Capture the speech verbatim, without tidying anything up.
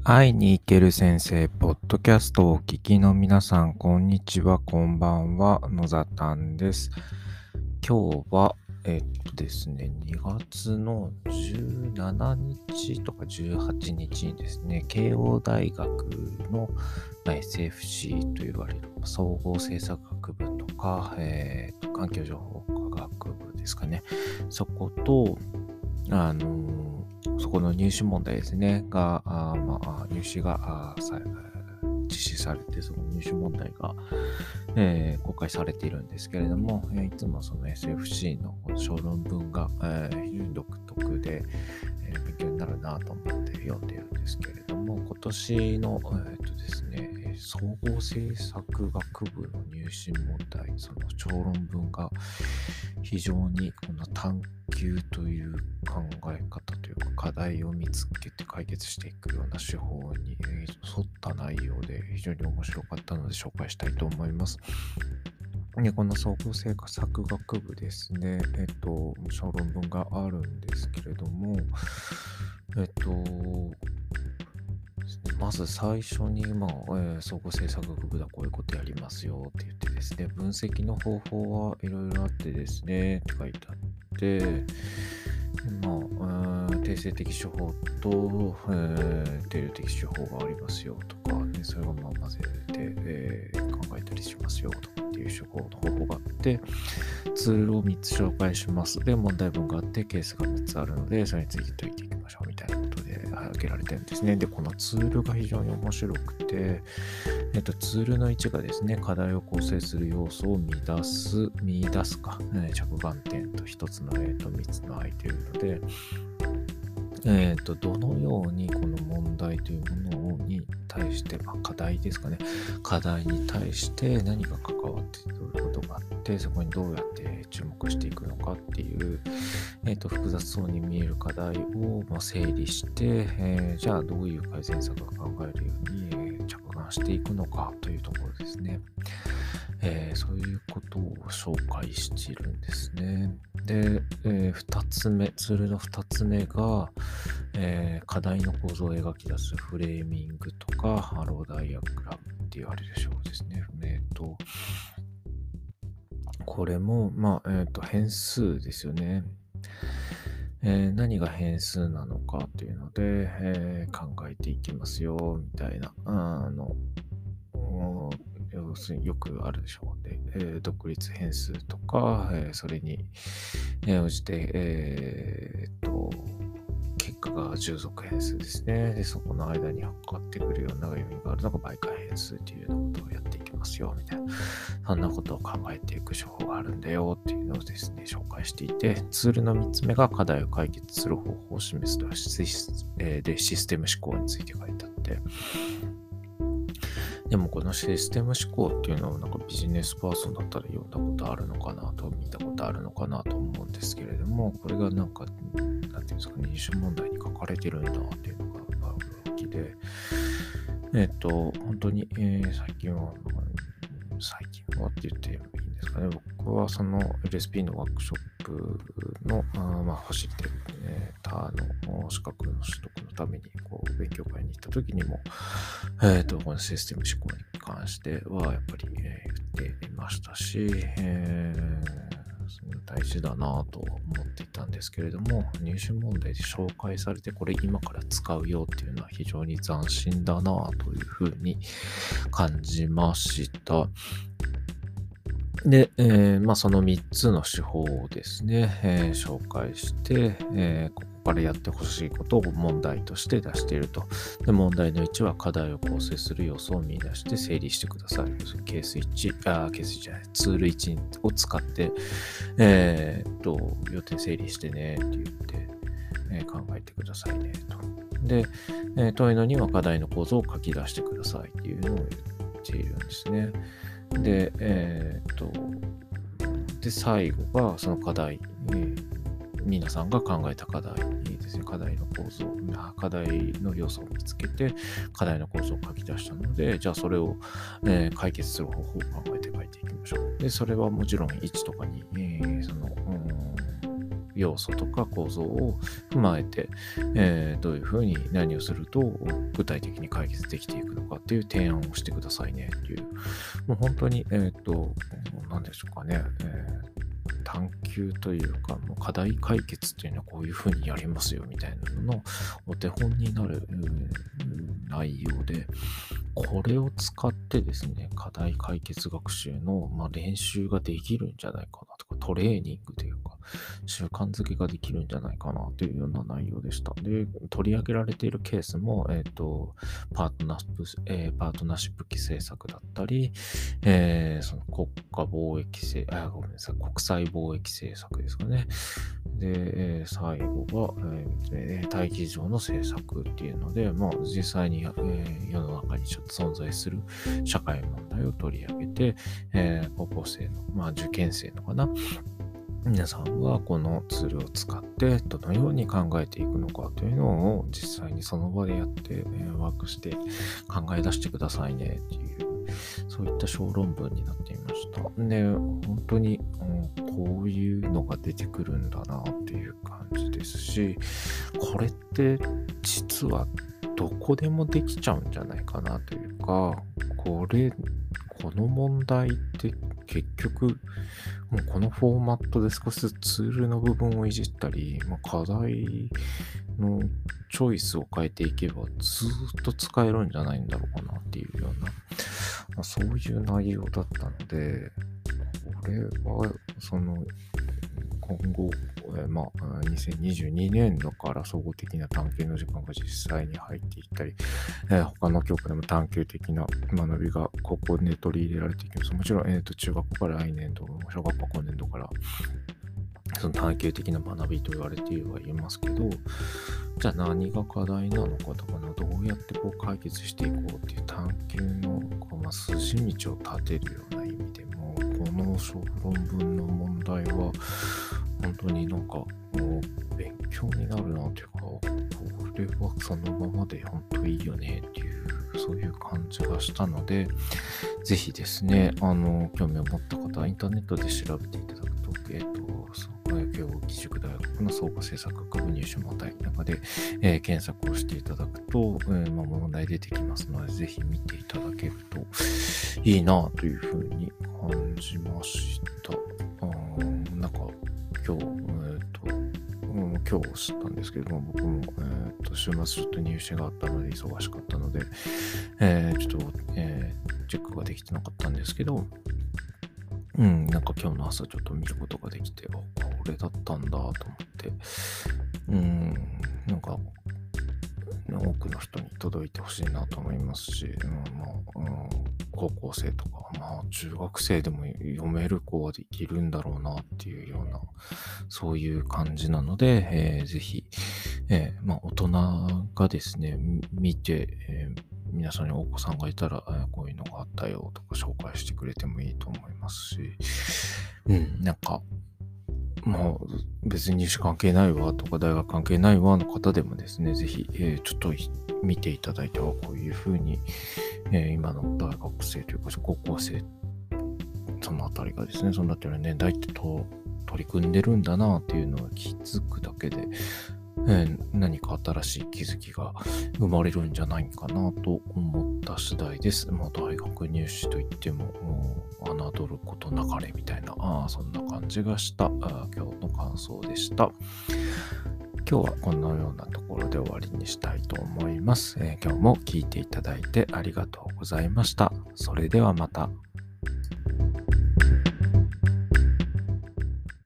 会いに行ける先生、ポッドキャストをお聞きの皆さん、こんにちは、こんばんは、野ざたんです。今日は、えっとですね、にがつのじゅうしちにちとかじゅうはちにちにですね、慶応大学の エスエフシー と言われる総合政策学部とか、えーと、環境情報科学部ですかね、そこと、あのーそこの入試問題ですね、が、あまあ、入試があさ実施されて、その入試問題が、えー公開されているんですけれども、えーいつもその エスエフシー のこの小論文が、えー非常に独特で、えー勉強になるなと思って読んでいるんですけれども、今年の、えーとですね、総合政策学部の入試問題、その小論文が非常にこの探究という考え方というか課題を見つけて解決していくような手法に、えー沿った内容で非常に面白かったので紹介したいと思います。でこの総合政策学部ですね、えっと、小論文があるんですけれども、えっと、まず最初に、まあえー総合政策学部ではこういうことやりますよって言ってですね、分析の方法はいろいろあってですね、って書いてあって、まあ、えー定性的手法と、えー定量的手法がありますよとか、ね、それをまあ混ぜて、えー考えたりしますよとかっていう手法の方法があって、ツールをみっつ紹介します。で、問題文があって、ケースがみっつあるので、それについて解いていきましょうみたいなことで挙げられてるんですね。で、このツールが非常に面白くて、えっと、ツールのいちがですね、課題を構成する要素を見出す、見出すか、えー着眼点とひとつの A とみっつの I というので、えーと、どのようにこの問題というものに対して、まあ、課題ですかね。課題に対して何が関わってくることがあって、そこにどうやって注目していくのかっていう、えーと、複雑そうに見える課題を、まあ、整理して、えーじゃあどういう改善策が考えるように、えー着眼していくのかというところですね。えーそういうことを紹介しているんですね。で、えー、ふたつめ、ツールのふたつめが、えー課題の構造を描き出すフレーミングとか、ハローダイアグラムって言われる手法ですね。えーと、これも、まあ、えーと、変数ですよね。えー何が変数なのかっていうので、えー考えていきますよ、みたいな。あの、お要するによくあるでしょうね。えー独立変数とか、えーそれに、えー応じて、えーっと、結果が従属変数ですね。で、そこの間に測ってくるような要因があるのが媒介変数というようなことをやっていきますよ、みたいな。そんなことを考えていく手法があるんだよっていうのをですね、紹介していて、ツールのみっつめが課題を解決する方法を示すとシス、えーでシステム思考について書いてあって、でもこのシステム思考っていうのはなんかビジネスパーソンだったら読んだことあるのかなと、見たことあるのかなと思うんですけれども、これがなんか、なんていうんですかね、入試問題に書かれてるんだっていうのが驚きで、えっと、本当に、えー最近は、最近はって言っていいんですかね、僕はその エルエスピー のワークショップの、あーまあ、ファシリテーターの資格の取得のためにこう勉強会に行った時にも、えっと、このシステム思考に関してはやっぱり、えー言っていましたし、えー大事だなと思っていたんですけれども、入試問題で紹介されてこれ今から使うよっていうのは非常に斬新だなというふうに感じました。で、えーまあ、そのみっつの手法をですね、えー紹介して、えーここからやってほしいことを問題として出していると。で、問題のいちは課題を構成する要素を見出して整理してください。要するにケースいち、あ、ケースいちじゃない、ツールいちを使って、えーっと、予定整理してねって言って、えー考えてくださいねと。で、えー問いのには課題の構造を書き出してくださいっていうのを言っているんですね。で、えーっと、で、最後がその課題、えー皆さんが考えた課題ですね、課題の構造、課題の要素を見つけて、課題の構造を書き出したので、じゃあそれを、えー解決する方法を考えて書いていきましょう。で、それはもちろんいちとかに、えーその、うん要素とか構造を踏まえて、えーどういうふうに何をすると具体的に解決できていくのかっていう提案をしてくださいねっていう、もう本当に、えっと、何でしょうかね、えー探求というか、もう課題解決っていうのはこういうふうにやりますよみたいなののお手本になるうん内容で、これを使ってですね、課題解決学習の、まあ、練習ができるんじゃないかなとか、トレーニングというか、習慣づけができるんじゃないかなというような内容でした。で、取り上げられているケースも、えっ、と、パートナーシップ、えーパートナーシップ規制策だったり、えーその国家貿易制、あ、ごめんなさい、国際貿易政策ですかね。で、えー最後が、えー大気上の政策っていうので、まあ、実際に、えー世の中にちょっと存在する社会問題を取り上げて、えー高校生の、まあ、受験生のかな。皆さんはこのツールを使ってどのように考えていくのかというのを実際にその場でやって、えーワークして考え出してくださいねっていう、そういった小論文になっていました。で、本当に、うん、こういうのが出てくるんだなっていう感じですし、これって実はどこでもできちゃうんじゃないかなというか、これ、この問題って結局、もうこのフォーマットで少しずつツールの部分をいじったり、まあ、課題のチョイスを変えていけばずーっと使えるんじゃないんだろうかなっていうような、まあ、そういう内容だったので、これはその今後、えーまあ、にせんにじゅうにねん度から総合的な探究の時間が実際に入っていったり、えー他の教科でも探究的な学びがここで取り入れられていきます。もちろん、えーと、中学校から来年度、小学校今年度からその探究的な学びと言われてはいますけど、じゃあ何が課題なのかとかのどうやってこう解決していこうっていう探究のこう、まあ、筋道を立てるような意味でも、この小論文の問題は本当になんかもう勉強になるなというか、これはそのままで本当いいよねっていう、そういう感じがしたので、ぜひですね、あの興味を持った方はインターネットで調べていただくと、えっと慶應義塾大学の総合政策学部入試問題の中で、えー検索をしていただくと、えーまあ、問題出てきますので、ぜひ見ていただけるといいなというふうに感じました。あーなんか今日、えーとうん、今日知ったんですけども、僕も、えー、と週末ちょっと入試があったので忙しかったので、えーちょっと、えーチェックができてなかったんですけど、うん、なんか今日の朝ちょっと見ることができて、あ、これだったんだと思って、うん、なんか、多くの人に届いてほしいなと思いますし、うんまあうん、高校生とか、まあ中学生でも読める子はできるんだろうなっていうような、そういう感じなので、えーぜひ、えーまあ大人がですね、み見て、えー皆さんにお子さんがいたら、えーこういうのがあったよとか紹介してくれてもいいと思いますし、うん、なんか、もう別に入試関係ないわとか大学関係ないわの方でもですね、ぜひ、えーちょっと見ていただいては、こういうふうに、えー今の大学生というか高校生、そのあたりがですね、そのあたりの年代ってと取り組んでるんだなっていうのを気づくだけで、えー何か新しい気づきが生まれるんじゃないかなと思った次第です。まあ、大学入試といっても、もう侮ることなかれみたいな、あそんな感じがしたあ今日の感想でした。今日はこのようなところで終わりにしたいと思います。えー今日も聞いていただいてありがとうございました。それではまた。